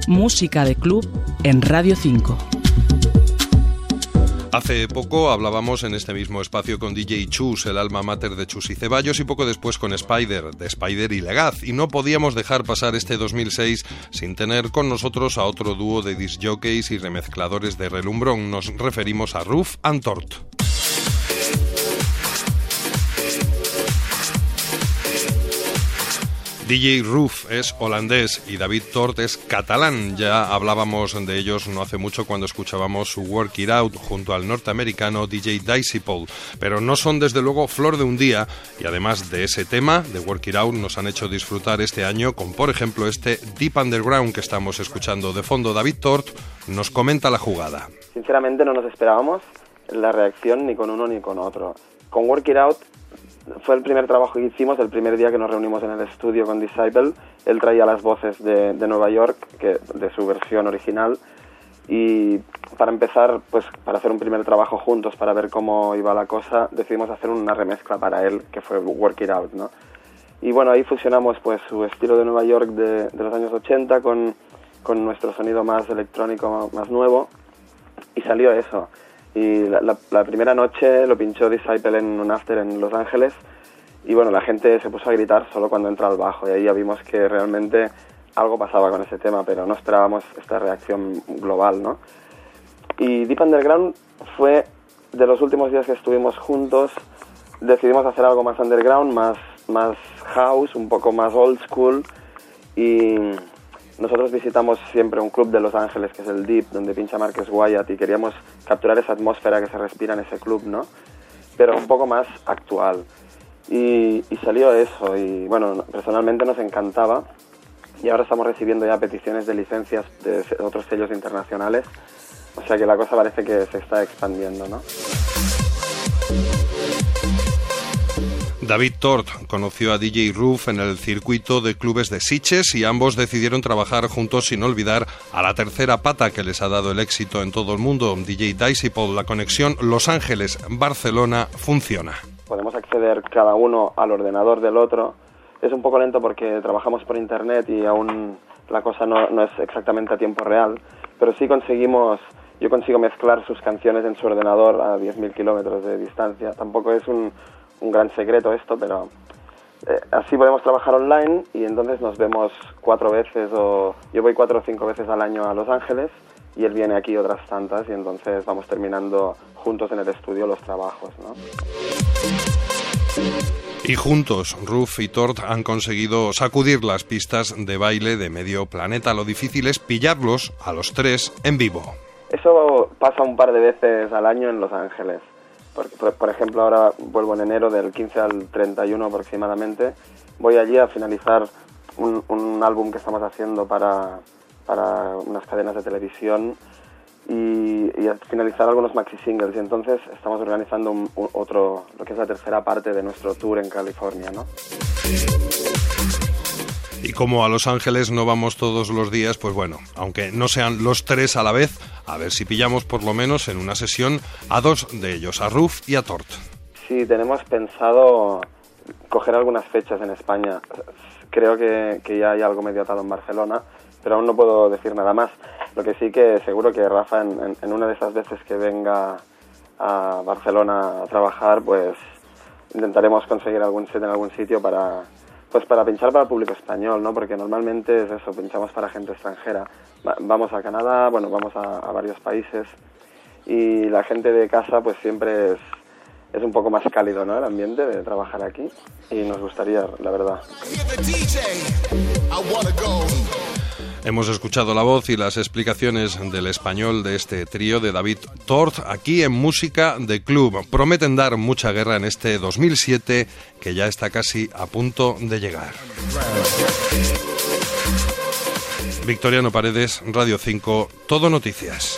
Música de club en Radio 5. Hace poco hablábamos en este mismo espacio con DJ Chus, el alma mater de Chus y Ceballos, y poco después con Spider, de Spider y Legaz, y no podíamos dejar pasar este 2006 sin tener con nosotros a otro dúo de disc jockeys y remezcladores de relumbrón. Nos referimos a Roof and Tort. DJ Roof es holandés y David Tort es catalán. Ya hablábamos de ellos no hace mucho cuando escuchábamos su Work It Out junto al norteamericano DJ Disciple. Pero no son desde luego flor de un día, y además de ese tema, de Work It Out, nos han hecho disfrutar este año con, por ejemplo, este Deep Underground que estamos escuchando de fondo. David Tort nos comenta la jugada. Sinceramente no nos esperábamos la reacción ni con uno ni con otro. Con Work It Out fue el primer trabajo que hicimos, el primer día que nos reunimos en el estudio con Disciple. Él traía las voces de Nueva York, de su versión original, y para empezar, pues para hacer un primer trabajo juntos, para ver cómo iba la cosa, decidimos hacer una remezcla para él, que fue Work It Out, ¿no? Y bueno, ahí fusionamos pues su estilo de Nueva York de los años 80 con nuestro sonido más electrónico, más nuevo, y salió eso. Y la primera noche lo pinchó Disciple en un after en Los Ángeles, y bueno, la gente se puso a gritar solo cuando entra al bajo, y ahí ya vimos que realmente algo pasaba con ese tema, pero no esperábamos esta reacción global, ¿no? Y Deep Underground fue de los últimos días que estuvimos juntos. Decidimos hacer algo más underground, más house, un poco más old school, y nosotros visitamos siempre un club de Los Ángeles que es el Deep, donde pincha Marcus Wyatt, y queríamos capturar esa atmósfera que se respira en ese club, ¿no? Pero un poco más actual. Y salió eso, y bueno, personalmente nos encantaba, y ahora estamos recibiendo ya peticiones de licencias de otros sellos internacionales, o sea que la cosa parece que se está expandiendo, ¿no? David Tort conoció a DJ Roof en el circuito de clubes de Sitges y ambos decidieron trabajar juntos sin olvidar a la tercera pata que les ha dado el éxito en todo el mundo, DJ Disciple. La conexión Los Ángeles-Barcelona funciona. Podemos acceder cada uno al ordenador del otro. Es un poco lento porque trabajamos por internet y aún la cosa no es exactamente a tiempo real, pero sí yo consigo mezclar sus canciones en su ordenador a 10.000 kilómetros de distancia. Tampoco es un gran secreto esto, pero así podemos trabajar online, y entonces nos vemos 4 veces, o yo voy 4 o 5 veces al año a Los Ángeles y él viene aquí otras tantas, y entonces vamos terminando juntos en el estudio los trabajos, ¿no? Y juntos, Roof y Tort han conseguido sacudir las pistas de baile de medio planeta. Lo difícil es pillarlos a los tres en vivo. Eso pasa un par de veces al año en Los Ángeles. Por ejemplo, ahora vuelvo en enero, del 15 al 31 aproximadamente. Voy allí a finalizar un álbum que estamos haciendo para unas cadenas de televisión, y a finalizar algunos maxi singles, y entonces estamos organizando lo que es la tercera parte de nuestro tour en California, ¿no? Y como a Los Ángeles no vamos todos los días, pues bueno, aunque no sean los tres a la vez, a ver si pillamos por lo menos en una sesión a 2 de ellos, a Roof y a Tort. Sí, tenemos pensado coger algunas fechas en España. Creo que ya hay algo medio atado en Barcelona, pero aún no puedo decir nada más. Lo que sí que seguro que Rafa en una de esas veces que venga a Barcelona a trabajar, pues intentaremos conseguir algún set en algún sitio para pinchar para el público español, ¿no? Porque normalmente es eso, pinchamos para gente extranjera. Vamos a Canadá, bueno, vamos a varios países, y la gente de casa pues siempre es un poco más cálido, ¿no? El ambiente de trabajar aquí, y nos gustaría, la verdad. Hemos escuchado la voz y las explicaciones del español de este trío de David Tort aquí en Música de Club. Prometen dar mucha guerra en este 2007 que ya está casi a punto de llegar. Victoriano Paredes, Radio 5, Todo Noticias.